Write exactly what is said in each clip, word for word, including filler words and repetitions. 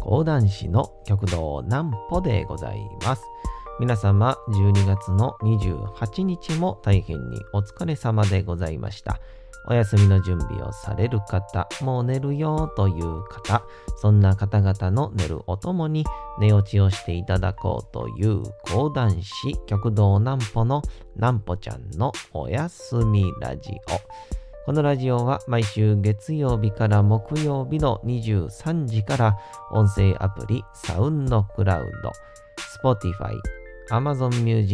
講談師の極道南歩でございます。皆様じゅうにがつのにじゅうはちにちも大変にお疲れ様でございました。お休みの準備をされる方、もう寝るよという方、そんな方々の寝るおともに寝落ちをしていただこうという講談師極道南歩の南歩ちゃんのおやすみラジオ。このラジオは毎週月曜日から木曜日のにじゅうさんじから音声アプリサウンドクラウド、Spotify、Amazon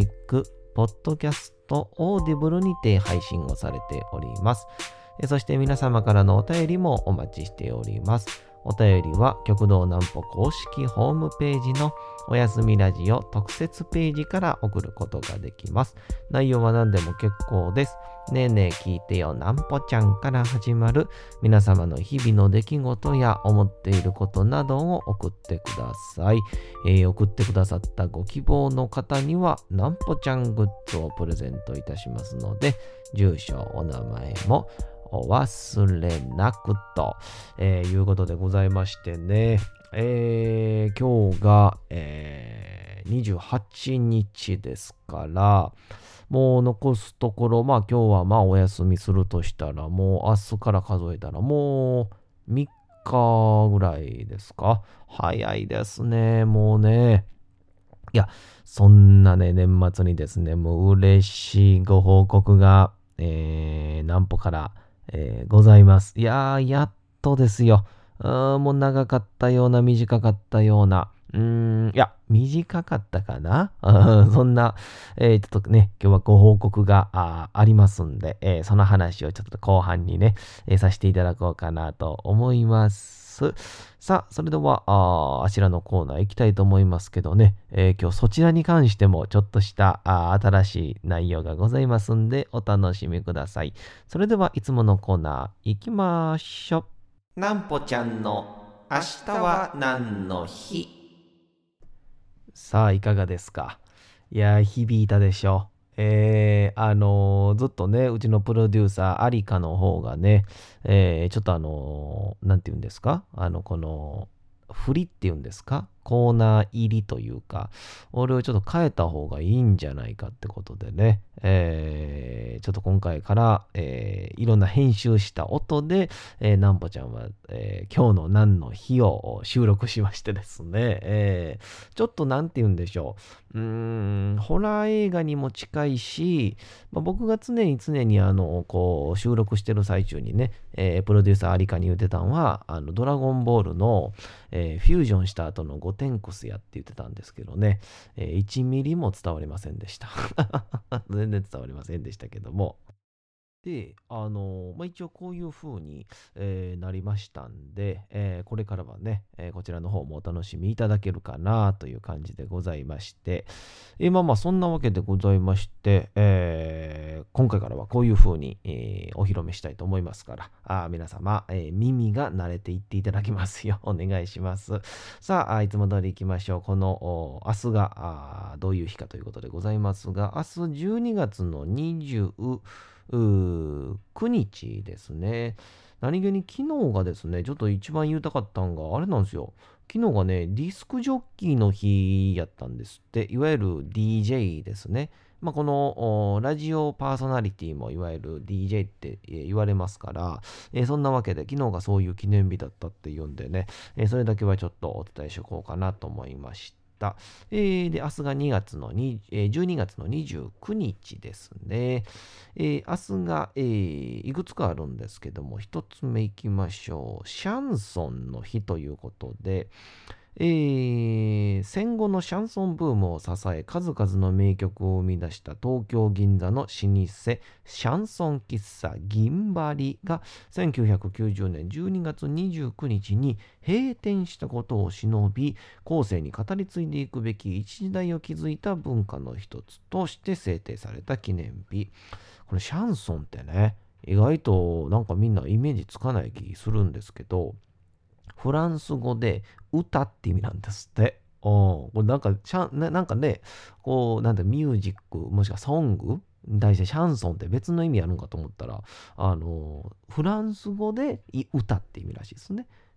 Music、Podcast、Audible にて配信をされております。そして皆様からのお便りもお待ちしております。お便りは極道南歩公式ホームページのおやすみラジオ特設ページから送ることができます。内容は何でも結構です。ねえねえ聞いてよ南歩ちゃんから始まる皆様の日々の出来事や思っていることなどを送ってください。えー、送ってくださったご希望の方には南歩ちゃんグッズをプレゼントいたしますので、住所お名前もお忘れなくと、えー、いうことでございましてね、えー、今日が、えー、にじゅうはちにちですから、もう残すところ、まあ今日はまあお休みするとしたら、もう明日から数えたらもうみっかぐらいですか。早いですね、もうね。いや、そんなね、年末にですね、もう嬉しいご報告が、えー、南歩から、えー、ございます。いやー、やっとですよ。うーん、もう長かったような、短かったような。うーん、いや、短かったかなそんな、えー、ちょっとね、今日はご報告が あ, ありますんで、えー、その話をちょっと後半にね、えー、させていただこうかなと思います。さあ、それでは、あ, あちらのコーナー行きたいと思いますけどね、えー、今日そちらに関してもちょっとしたあ新しい内容がございますんで、お楽しみください。それではいつものコーナー行きましょう。南歩ちゃんの明日は何の日。さあ、いかがですか。いや、響いたでしょう。えー、あのー、ずっとね、うちのプロデューサー、アリカの方がね、えー、ちょっとあのー、なんて言うんですか、あの、この、振りっていうんですか、コーナー入りというか、俺をちょっと変えた方がいいんじゃないかってことでね、えー、ちょっと今回から、えー、いろんな編集した音で、えー、南歩ちゃんは、えー、今日の何の日を収録しましてですね、えー、ちょっとなんて言うんでしょう、うーん、ホラー映画にも近いし、まあ、僕が常に常にあの、こう、収録してる最中にね、えー、プロデューサーアリカに言ってたんは、あの、ドラゴンボールの、えー、フュージョンした後のゴテンクスやって言ってたんですけどね、えー、いちミリも伝わりませんでした。全然伝わりませんでしたけども。で、あの、まあ、一応こういう風に、えーなりましたんで、えーこれからはね、えーこちらの方もお楽しみいただけるかなという感じでございまして、えーまあまあそんなわけでございまして、えー今回からはこういう風に、えーお披露目したいと思いますから、あー皆様、えー耳が慣れていっていただきますようお願いします。さあ、あいつも通り行きましょう。このお明日があーどういう日かということでございますが、明日じゅうにがつのにじゅうくにちですね。何気に昨日がですね、ちょっと一番言いたかったんが、あれなんですよ。昨日がね、ディスクジョッキーの日やったんですって、いわゆる ディージェー ですね。まあ、このラジオパーソナリティもいわゆる ディージェー って言われますから、えー、そんなわけで昨日がそういう記念日だったっていうんでね、えー、それだけはちょっとお伝えしとこうかなと思いました。えー、で、明日がにがつのに、えー、じゅうにがつのにじゅうくにちですね。えー、明日が、えー、いくつかあるんですけども、一つ目いきましょう。シャンソンの日ということで、えー戦後のシャンソンブームを支え数々の名曲を生み出した東京銀座の老舗シャンソン喫茶銀針がせんきゅうひゃくきゅうじゅうねんじゅうにがつにじゅうくにちに閉店したことを偲び、後世に語り継いでいくべき一時代を築いた文化の一つとして制定された記念日。これシャンソンってね、意外となんかみんなイメージつかない気するんですけど、フランス語で歌って意味なんですって。うん、これなんかシャン、ななんかね、こう、なんてミュージック、もしくはソングに対してシャンソンって別の意味あるのかと思ったら、あの、フランス語で歌って意味らしいですね。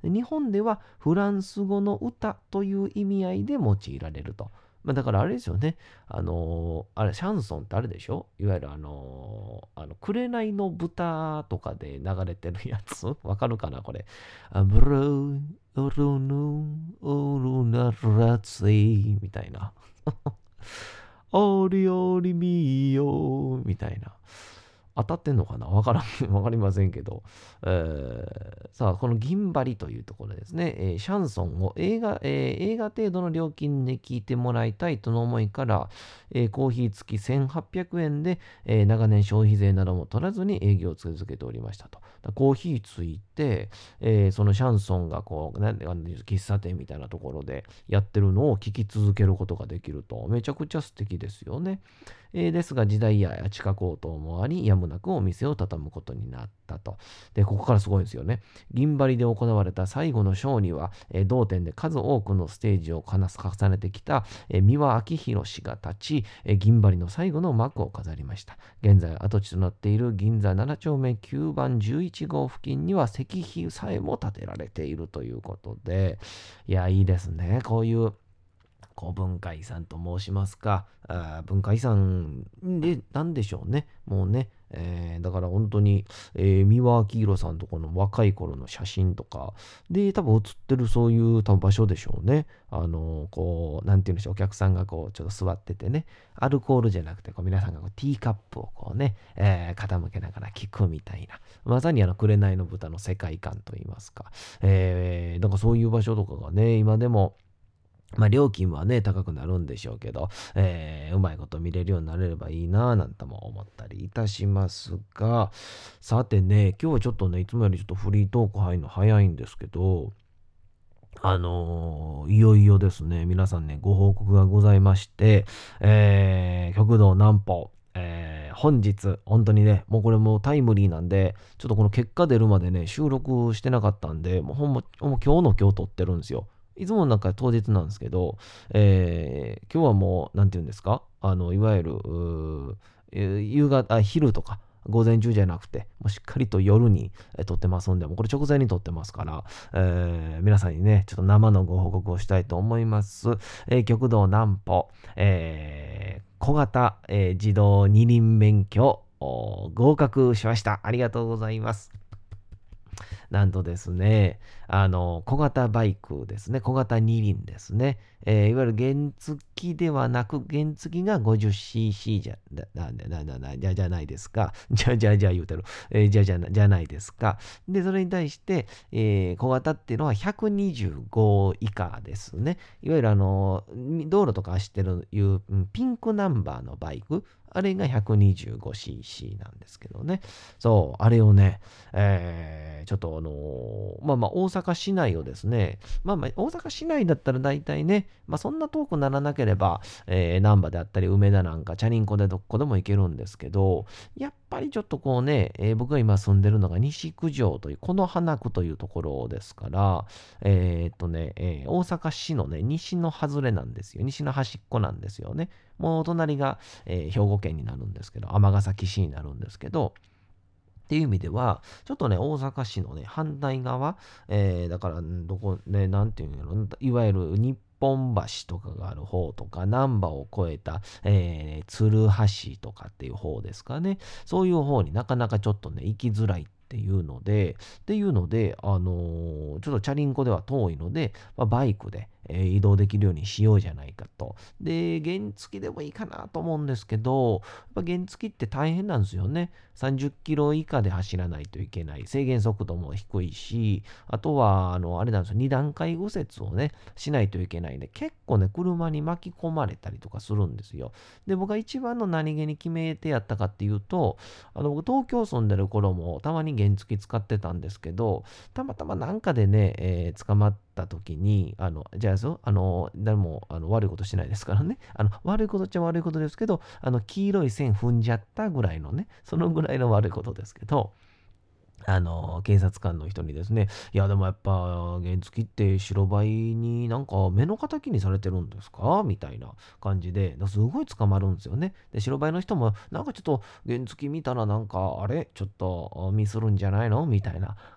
で日本ではフランス語の歌という意味合いで用いられると。まあ、だからあれですよね。あのーあれ、シャンソンってあれでしょ、いわゆるあのーあの、紅の豚とかで流れてるやつわかるかなこれ。あブルー、オルヌ、オルナラツイみたいな。おりおりみよみたいな。当たってんのかなわからん、わかりませんけど。えーさあ、この銀針というところですね、えーシャンソンを映画、えー映画程度の料金で聞いてもらいたいとの思いから、えーコーヒー付きせんはっぴゃくえんで、えー長年消費税なども取らずに営業を続けておりましたと。だコーヒーついて、えーそのシャンソンがこう、なんで喫茶店みたいなところでやってるのを聞き続けることができると。めちゃくちゃ素敵ですよね。えーですが時代や地価高騰もあり、やむなくお店を畳むことになったと。で、ここからすごいんですよね。銀針で行われた最後のショーには、えー同店で数多くのステージを重ねてきた、えー三輪明宏氏が立ち、えー銀針の最後の幕を飾りました。現在跡地となっている銀座なな丁目きゅうばんじゅういち号付近には石碑さえも建てられているということで、いや、いいですね。こういうこう文化遺産と申しますか、あ文化遺産でなんでしょうね。もうね、えー、だから本当に、えー、三輪明宏さんとこの若い頃の写真とかで多分写ってるそういう多分場所でしょうね。あのーこうなんていうんでしょう、お客さんがこうちょっと座っててね、アルコールじゃなくてこう皆さんがこうティーカップをこうね、えー、傾けながら聞くみたいな、まさにあの紅の豚の世界観といいますか、えー、なんかそういう場所とかがね今でもまあ料金はね高くなるんでしょうけど、えーうまいこと見れるようになれればいいなぁなんとも思ったりいたしますが、さてね、今日はちょっとねいつもよりちょっとフリートーク入るの早いんですけど、あのーいよいよですね、皆さんねご報告がございまして、えー極道南歩、えー本日本当にね、もうこれもうタイムリーなんで、ちょっとこの結果出るまでね収録してなかったんで、もうほんまもう今日の今日撮ってるんですよ。いつもなんか当日なんですけど、えー今日はもう、なんて言うんですか、あの、いわゆる、うーえー夕方、あ、昼とか、午前中じゃなくて、もうしっかりと夜に、えー撮ってますんで、もうこれ直前に撮ってますから、えー皆さんにね、ちょっと生のご報告をしたいと思います。えー極道南歩、えー小型、えー自動二輪免許、お合格しました。ありがとうございます。なんとですね、あの、小型バイクですね、小型二輪ですね、えーいわゆる原付きではなく、原付きが ごじゅっシーシー じゃ、な、な、な、な、じゃ、じゃないですか。じゃ、じゃ、じゃ言うてる。えーじゃ、じゃ、じゃないですか。で、それに対して、えー小型っていうのはひゃくにじゅうご以下ですね。いわゆるあの、道路とか走ってるいう、うんピンクナンバーのバイク、あれが ひゃくにじゅうごシーシー なんですけどね。そう、あれをね、えーちょっとあのーまあまあ大阪市内をですね、まあまあ大阪市内だったら大体ね、まあそんな遠くならなければ、えー、難波であったり梅田なんかチャリンコでどこでも行けるんですけど、やっぱりちょっとこうね、えー僕が今住んでるのが西九条という、この花区というところですから、えーっとね、えー大阪市のね、西の外れなんですよ。西の端っこなんですよね。もうお隣が、えー兵庫県になるんですけど、尼崎市になるんですけど、っていう意味では、ちょっとね、大阪市のね、反対側、えーだから、んどこね、なんていうの、いわゆる日本橋とかがある方とか、難波を越えた、えー、鶴橋とかっていう方ですかね。そういう方になかなかちょっとね、行きづらいっていうので、っていうので、あのーちょっとチャリンコでは遠いので、まあ、バイクで、えー移動できるようにしようじゃないかと。で、原付でもいいかなと思うんですけど、やっぱ原付って大変なんですよね。さんじゅっキロ以下で走らないといけない。制限速度も低いし、あとは、あの、あれなんですよ、に段階右折をね、しないといけないんで、結構ね、車に巻き込まれたりとかするんですよ。で、僕が一番の何気に決めてやったかっていうと、あの、僕東京住んでる頃もたまに原付使ってたんですけど、たまたまなんかでね、えー捕まった時に、あの、じゃあそう、あの、誰もあの悪いことしないですからね。あの、悪いことっちゃ悪いことですけど、あの、黄色い線踏んじゃったぐらいのね、そのぐらいの悪いことですけど、あの、警察官の人にですね、いや、でもやっぱ、原付って白バイになんか目の敵にされてるんですかみたいな感じで、すごい捕まるんですよね。で、白バイの人も、なんかちょっと原付見たらなんか、あれちょっとミスるんじゃないのみたいな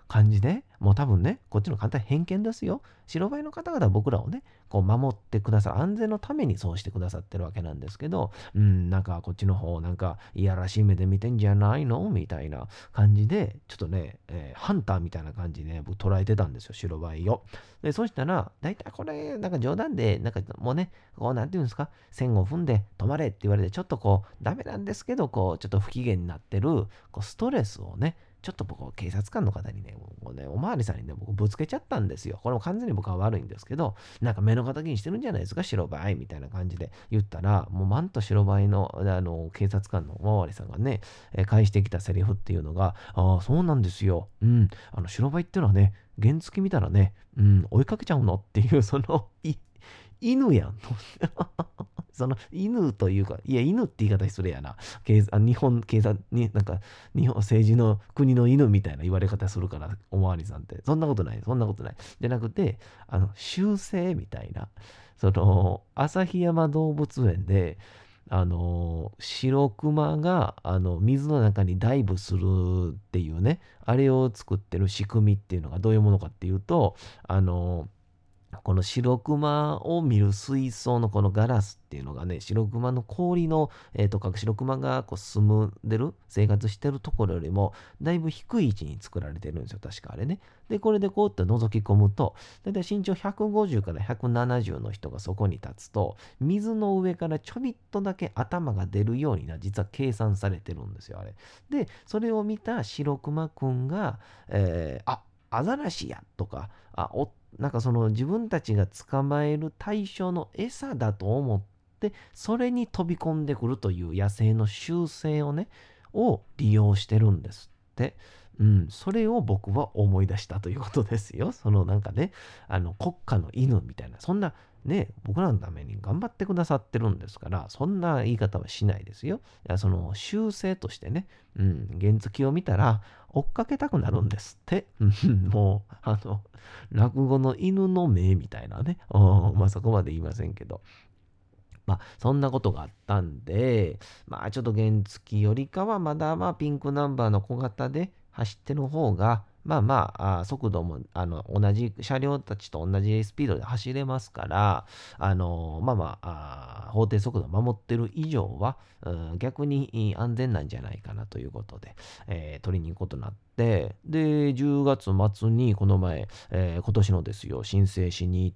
感じで、もう多分ね、こっちの簡単偏見ですよ。白バイの方々は僕らをね、こう守ってくださる、安全のためにそうしてくださってるわけなんですけど、うん、なんかこっちの方、なんかいやらしい目で見てんじゃないのみたいな感じで、ちょっとね、えーハンターみたいな感じで、ね、僕捉えてたんですよ、白バイを。で、そしたら、大体これ、なんか冗談で、なんかもうね、こう、なんていうんですか、線を踏んで止まれって言われて、ちょっとこう、ダメなんですけど、こう、ちょっと不機嫌になってる、こう、ストレスをね、ちょっと僕、警察官の方にね、もうね、おまわりさんにね、僕ぶつけちゃったんですよ。これも完全に僕は悪いんですけど、なんか目の敵にしてるんじゃないですか、白バイみたいな感じで言ったら、もうマンと白バイの、あの、警察官のおまわりさんがね、えー返してきたセリフっていうのが、ああ、そうなんですよ。うん、あの、白バイっていうのはね、原付見たらね、うん、追いかけちゃうのっていう、その、い犬やんと。その犬というか、いや、犬って言い方失礼やな。警あ日本警察に、なんか、日本政治の国の犬みたいな言われ方するから、おまわりさんって。そんなことない、そんなことない。じゃなくて、あの、習性みたいな。その、旭山動物園で、あの、白熊が、あの、水の中にダイブするっていうね、あれを作ってる仕組みっていうのがどういうものかっていうと、あの、この白熊を見る水槽のこのガラスっていうのがね、白熊の氷の、えーとか、白熊がこう住んでる、生活してるところよりも、だいぶ低い位置に作られてるんですよ、確かあれね。で、これでこうやって覗き込むと、だいたい身長ひゃくごじゅうからひゃくななじゅうの人がそこに立つと、水の上からちょびっとだけ頭が出るようにな、実は計算されてるんですよ、あれ。で、それを見た白熊くんが、えー、あ、アザラシやとか、あ、おなんかその自分たちが捕まえる対象の餌だと思って、それに飛び込んでくるという野生の習性をね、を利用してるんですって。うん、それを僕は思い出したということですよ。そのなんかね、あの国家の犬みたいな、そんなね、僕らのために頑張ってくださってるんですから、そんな言い方はしないですよ。いや、その習性としてね、うん、原付を見たら追っかけたくなるんですって。もう、あの、落語の犬の目みたいなね。うんまあそこまで言いませんけど。まあそんなことがあったんで、まあちょっと原付よりかはまだまあピンクナンバーの小型で走ってる方が、まあまあ、あ速度もあの同じ車両たちと同じスピードで走れますから、あのまあまあ、あ法定速度を守ってる以上は、うん、逆に安全なんじゃないかなということで、えー取りに行くことになって、で、じゅうがつ末にこの前、えー今年のですよ、申請しに行って、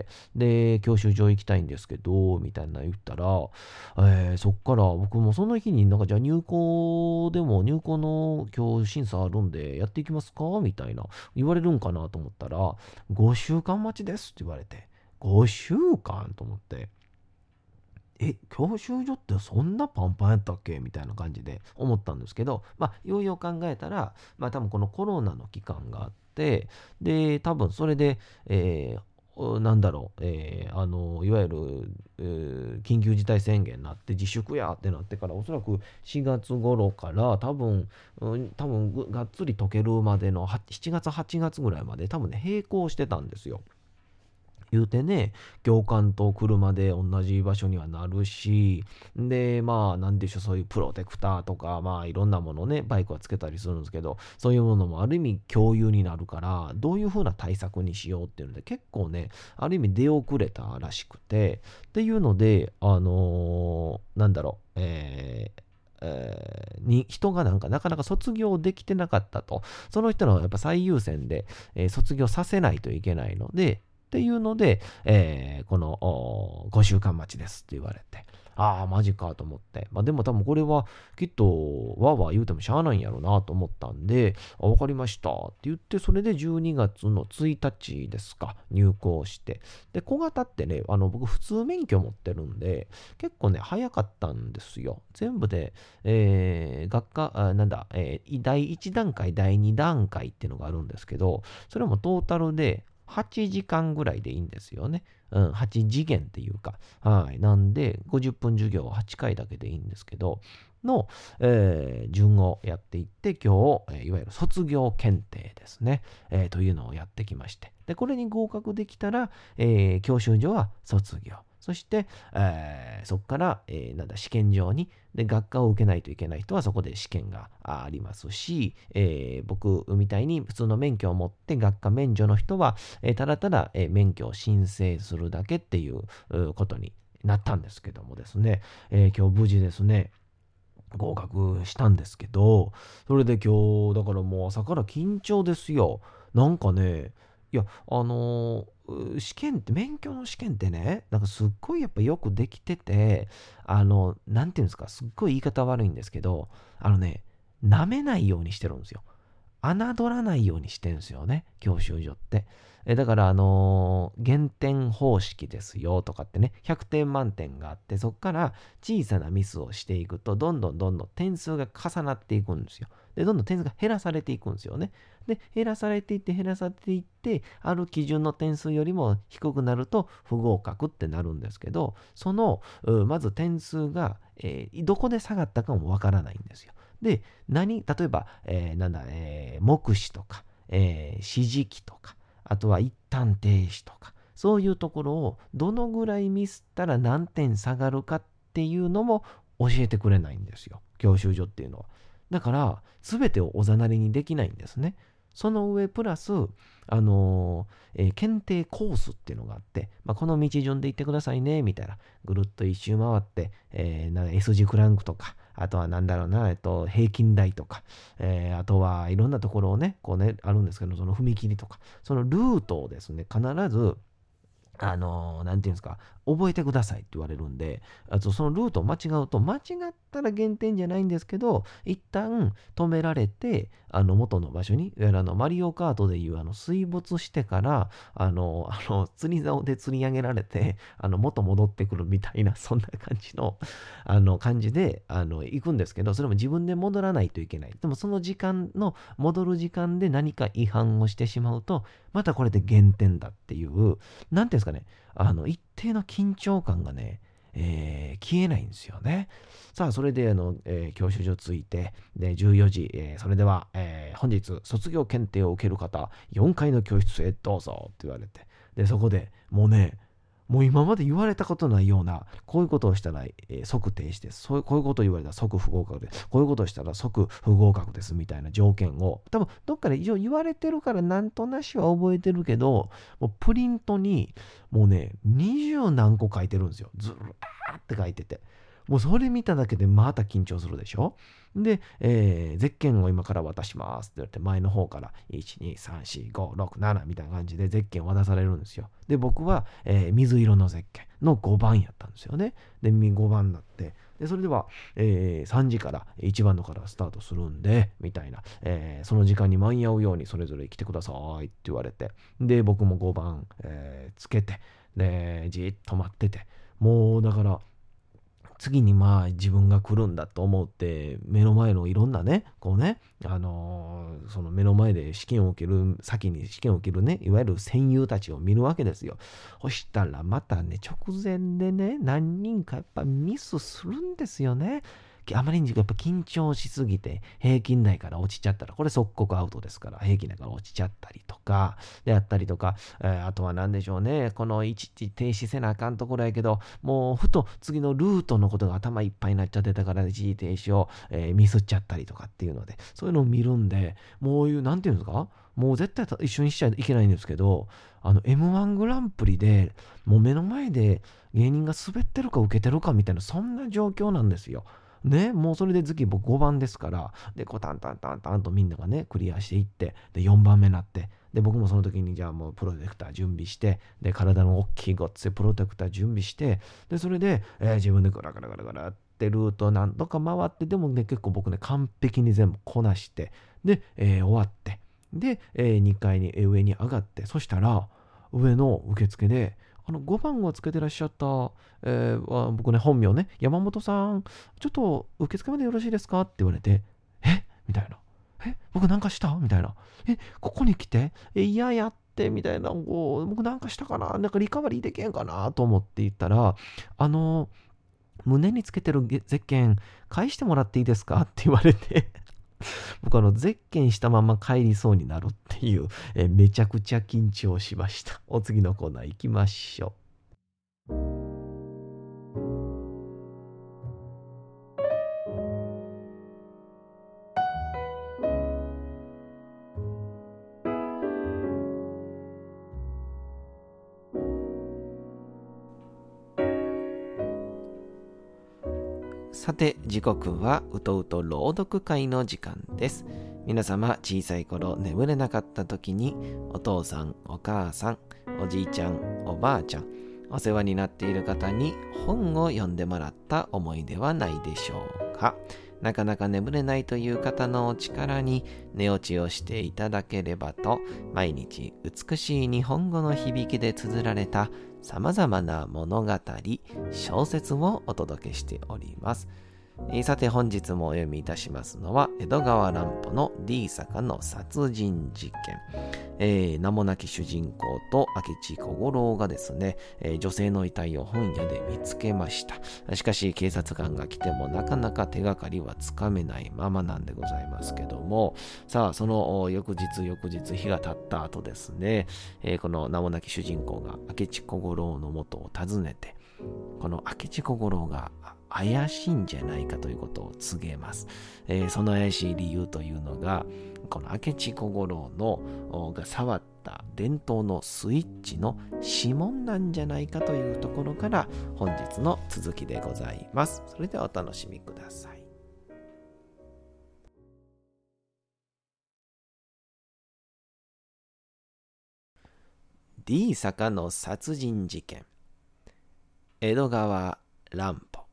で、教習所行きたいんですけど、みたいな言ったら、えーそっから僕もその日になんかじゃあ入校でも入校の今日審査あるんでやっていきますかみたいな言われるんかなと思ったら、ごしゅうかん待ちですって言われて、ごしゅうかんと思って、え、教習所ってそんなパンパンやったっけみたいな感じで思ったんですけど、まあ、ようよう考えたら、まあ多分このコロナの期間があって、で、多分それで、えーおなんだろう、えーあの、いわゆる、えー緊急事態宣言になって自粛やってなってから、おそらくしがつ頃から多分、うん多分ぐがっつり解けるまでのはしちがつ、はちがつぐらいまで多分ね、並行してたんですよ。言うてね、教官と車で同じ場所にはなるし、で、まあ、なんでしょう、そういうプロテクターとか、まあ、いろんなものね、バイクはつけたりするんですけど、そういうものもある意味共有になるから、どういうふうな対策にしようっていうので、結構ね、ある意味出遅れたらしくて、っていうので、あのーなんだろう、えーえーに人がなんかなかなか卒業できてなかったと。その人のやっぱ最優先で、えー卒業させないといけないので、っていうので、えーこのごしゅうかん待ちですって言われて、ああ、マジかと思って。まあでも多分これはきっとわーわー言うてもしゃあないんやろうなと思ったんで、あ、わかりましたって言って、それでじゅうにがつのついたちですか、入校して。で、小型ってね、あの僕普通免許持ってるんで、結構ね、早かったんですよ。全部で、えー学科、あなんだ、えーだいいち段階、だいに段階っていうのがあるんですけど、それもトータルで、はちじかんぐらいでいいんですよね。うん、はち次元っていうか。はい。なんで、ごじゅっぷん授業はちかいだけでいいんですけど、の、えー順をやっていって、今日、えーいわゆる卒業検定ですね、えーというのをやってきまして。で、これに合格できたら、えー教習所は卒業。 そして、えーそこから、えーなんだ、試験場に、で、学科を受けないといけない人はそこで試験がありますし、えー僕みたいに普通の免許を持って学科免除の人は、えーただただ、えー免許を申請するだけっていううことになったんですけどもですね、えー今日無事ですね、合格したんですけど、それで今日、だからもう朝から緊張ですよ。なんかね、いや、あのーう試験って、免許の試験ってね、なんかすっごいやっぱよくできてて、あの、なんていうんですか、すっごい言い方悪いんですけど、あのね、舐めないようにしてるんですよ。侮らないようにしてるんですよね、教習所って。えだから、あのー減点方式ですよとかってね、ひゃくてん満点があって、そこから小さなミスをしていくと、どんどんどんどん点数が重なっていくんですよ。で、どんどん点数が減らされていくんですよね。で、減らされていって、減らされていって、ある基準の点数よりも低くなると不合格ってなるんですけど、その、うまず点数が、えーどこで下がったかもわからないんですよ。で、何、例えば、えーなんだ、えー目視とか、えー指示器とか、あとは一旦停止とか、そういうところをどのぐらいミスったら何点下がるかっていうのも教えてくれないんですよ。教習所っていうのは。だから、すべてをおざなりにできないんですね。その上、プラス、あのーえー検定コースっていうのがあって、まあ、この道順で行ってくださいね、みたいな。ぐるっと一周回って、えー、な S 字クランクとか、あとはなんだろうな、えっと、平均台とか、えーあとはいろんなところをね、こうね、あるんですけど、その踏切とか、そのルートをですね、必ず、あのーなんていうんですか、覚えてくださいって言われるんで、あとそのルートを間違うと、間違ったら減点じゃないんですけど、一旦止められて、あの元の場所に、いわゆるあのマリオカートでいうあの水没してから、あの、あの釣り竿で釣り上げられて、あの元戻ってくるみたいな、そんな感じの、あの感じで、あの、行くんですけど、それも自分で戻らないといけない。でもその時間の、戻る時間で何か違反をしてしまうと、またこれで減点だっていう、なんていうんですかね、あの、一定の緊張感がね、えー消えないんですよね。さあ、それで、あの、えー教習所着いて、で、じゅうよじ、えーそれでは、えー本日、卒業検定を受ける方、よんかいの教室へどうぞって言われて、で、そこでもうね、もう今まで言われたことないような、こういうことをしたら、えー即停止です。そういうこういうことを言われたら即不合格です。こういうことをしたら即不合格ですみたいな条件を、多分どっかで一応言われてるからなんとなしは覚えてるけど、もうプリントにもうね、二十何個書いてるんですよ。ずらーって書いてて。もうそれ見ただけでまた緊張するでしょ。で、えー、ゼッケンを今から渡しますって言われて、前の方からいち、に、さん、よん、ご、ろく、ななみたいな感じでゼッケン渡されるんですよ。で、僕は、えー水色のゼッケンのごばんやったんですよね。で、ごばんになって、で、それでは、えーさんじからいちばんのからスタートするんで、みたいな、えーその時間に間に合うようにそれぞれ来てくださいって言われて、で、僕もごばん、えーつけて、で、じーっと待ってて、もうだから、次にまあ自分が来るんだと思って目の前のいろんなねこうねあのーその目の前で試験を受ける先に試験を受けるねいわゆる戦友たちを見るわけですよ。そしたらまたね直前でね何人かやっぱミスするんですよね。あまりにやっぱ緊張しすぎて平均台から落ちちゃったらこれ即刻アウトですから平均台から落ちちゃったりとかであったりとか、えーあとは何でしょうねこの一時停止せなあかんところやけどもうふと次のルートのことが頭いっぱいになっちゃってたから一時停止を、えーミスっちゃったりとかっていうのでそういうのを見るんでもういうなんていうんですかもう絶対一緒にしちゃいけないんですけどあの エムワン グランプリでもう目の前で芸人が滑ってるか受けてるかみたいなそんな状況なんですよ。ね、もうそれで次僕ごばんですから、で、こうタンタンタンタンとみんながね、クリアしていって、で、よんばんめになって、で、僕もその時にじゃあもうプロテクター準備して、で、体の大きいごっついプロテクター準備して、で、それで、えー自分でガラガラガラガラってルートなんとか回って、でもね、結構僕ね、完璧に全部こなして、で、えー終わって、で、えーにかいに、えー上に上がって、そしたら、上の受付で、あのごばんをつけてらっしゃった、えーあ僕ね、本名ね、山本さん、ちょっと受付までよろしいですかって言われて、えみたいな。え僕なんかしたみたいな。えここに来てえいややってみたいな。こう僕なんかしたかななんかリカバリーできへんかなと思って言ったら、あの、胸につけてるゼッケン返してもらっていいですかって言われて僕あのゼッケンしたまま帰りそうになるっていう、えめちゃくちゃ緊張しました。お次のコーナー行きましょう。 さて時刻はうとうと朗読会の時間です。皆様小さい頃眠れなかった時にお父さんお母さんおじいちゃんおばあちゃんお世話になっている方に本を読んでもらった思いではないでしょうか。なかなか眠れないという方のお力に寝落ちをしていただければと、毎日美しい日本語の響きで綴られたさまざまな物語、小説をお届けしております。さて本日もお読みいたしますのは江戸川乱歩の D 坂の殺人事件。えー、名もなき主人公と明智小五郎がですね、えー、女性の遺体を本屋で見つけました。しかし警察官が来てもなかなか手がかりはつかめないままなんでございますけども、さあその翌日翌日日が経った後ですね、えー、この名もなき主人公が明智小五郎の元を訪ねて、この明智小五郎が怪しいんじゃないかということを告げます。えー、その怪しい理由というのが、この明智小五郎のが触った伝統のスイッチの指紋なんじゃないかというところから本日の続きでございます。それではお楽しみください。D 坂の殺人事件。江戸川乱歩。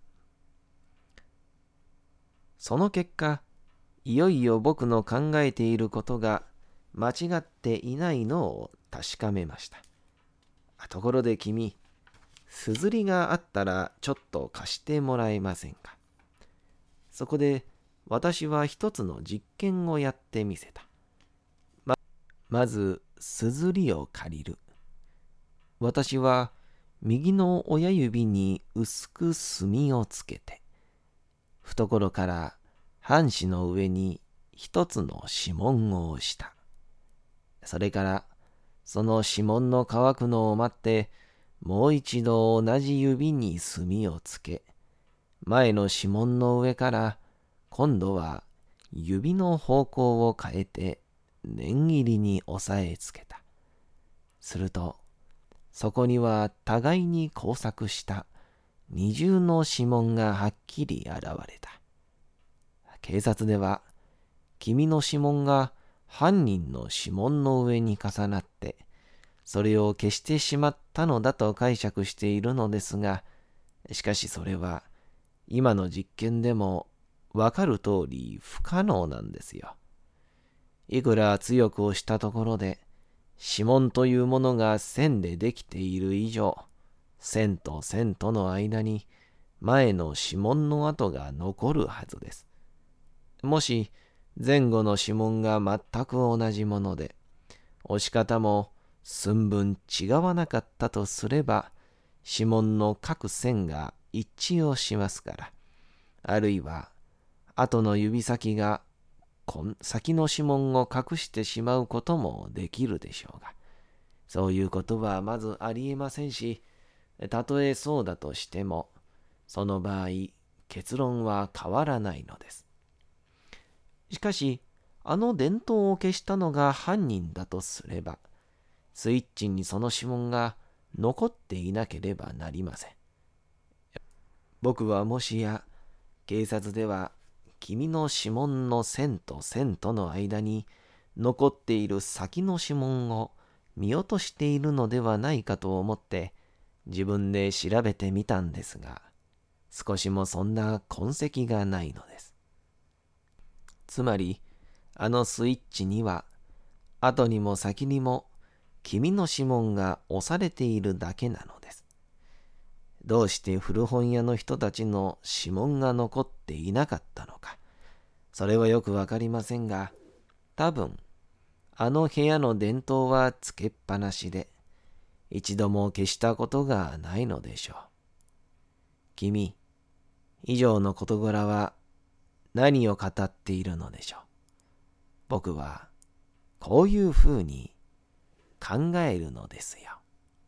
その結果、いよいよ僕の考えていることが間違っていないのを確かめました。ところで君、すずりがあったらちょっと貸してもらえませんか。そこで私は一つの実験をやってみせた。ま、まず、すずりを借りる。私は右の親指に薄く墨をつけて、懐から半紙の上に一つの指紋を押した。それからその指紋の乾くのを待って、もう一度同じ指に墨をつけ、前の指紋の上から今度は指の方向を変えて念入りに押さえつけた。するとそこには互いに交錯した二重の指紋がはっきり現れた。警察では、君の指紋が犯人の指紋の上に重なって、それを消してしまったのだと解釈しているのですが、しかしそれは、今の実験でもわかる通り不可能なんですよ。いくら強く押したところで、指紋というものが線でできている以上、線と線との間に前の指紋の跡が残るはずです。もし前後の指紋が全く同じもので、押し方も寸分違わなかったとすれば、指紋の各線が一致をしますから、あるいは後の指先が先の指紋を隠してしまうこともできるでしょうが、そういうことはまずありえませんし、たとえそうだとしても、その場合、結論は変わらないのです。しかし、あの伝統を消したのが犯人だとすれば、スイッチにその指紋が残っていなければなりません。僕はもしや、警察では、君の指紋の線と線との間に残っている先の指紋を見落としているのではないかと思って自分で調べてみたんですが、少しもそんな痕跡がないのです。つまり、あのスイッチには後にも先にも君の指紋が押されているだけなのです。どうして古本屋の人たちの指紋が残っていなかったのか、それはよくわかりませんが、多分、あの部屋の電灯はつけっぱなしで、一度も消したことがないのでしょう。君、以上の事柄は何を語っているのでしょう。僕は、こういうふうに考えるのですよ。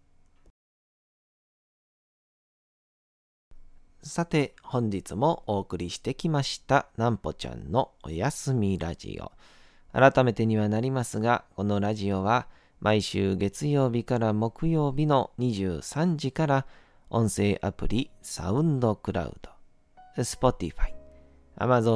さて本日もお送りしてきましたなんぽちゃんのおやすみラジオ。改めてにはなりますが、このラジオは毎週月曜日から木曜日のにじゅうさんじから音声アプリサウンドクラウド、 Spotify、Amazon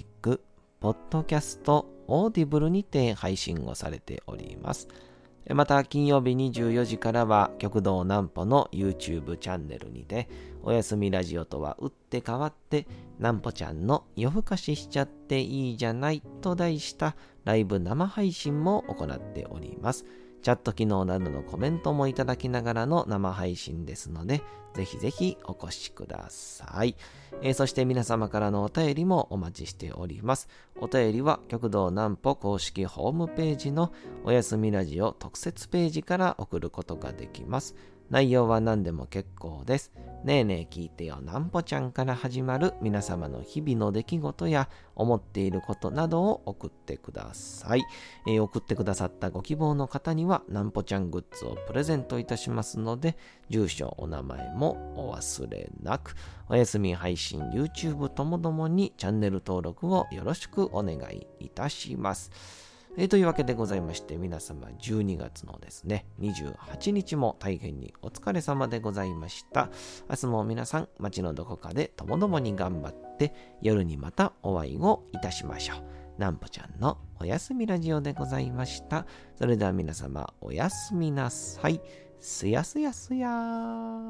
Music、Podcast、Audible にて配信をされております。また金曜日にじゅうよじからは極道南歩の YouTube チャンネルにておやすみラジオとは打って変わって南歩ちゃんの夜更かししちゃっていいじゃないと題したライブ生配信も行っております。チャット機能などのコメントもいただきながらの生配信ですので、ぜひぜひお越しください。えー、そして皆様からのお便りもお待ちしております。お便りは極道南歩公式ホームページのおやすみラジオ特設ページから送ることができます。内容は何でも結構です。ねえねえ聞いてよなんぽちゃんから始まる皆様の日々の出来事や思っていることなどを送ってください。えー、送ってくださったご希望の方にはなんぽちゃんグッズをプレゼントいたしますので、住所お名前もお忘れなく。おやすみ配信 YouTube ともどもにチャンネル登録をよろしくお願いいたします。えー、というわけでございまして、皆様じゅうにがつのですねにじゅうはちにちも大変にお疲れ様でございました。明日も皆さん街のどこかでともどもに頑張って夜にまたお会いをいたしましょう。なんぽちゃんのおやすみラジオでございました。それでは皆様おやすみなさい。すやすやすやー。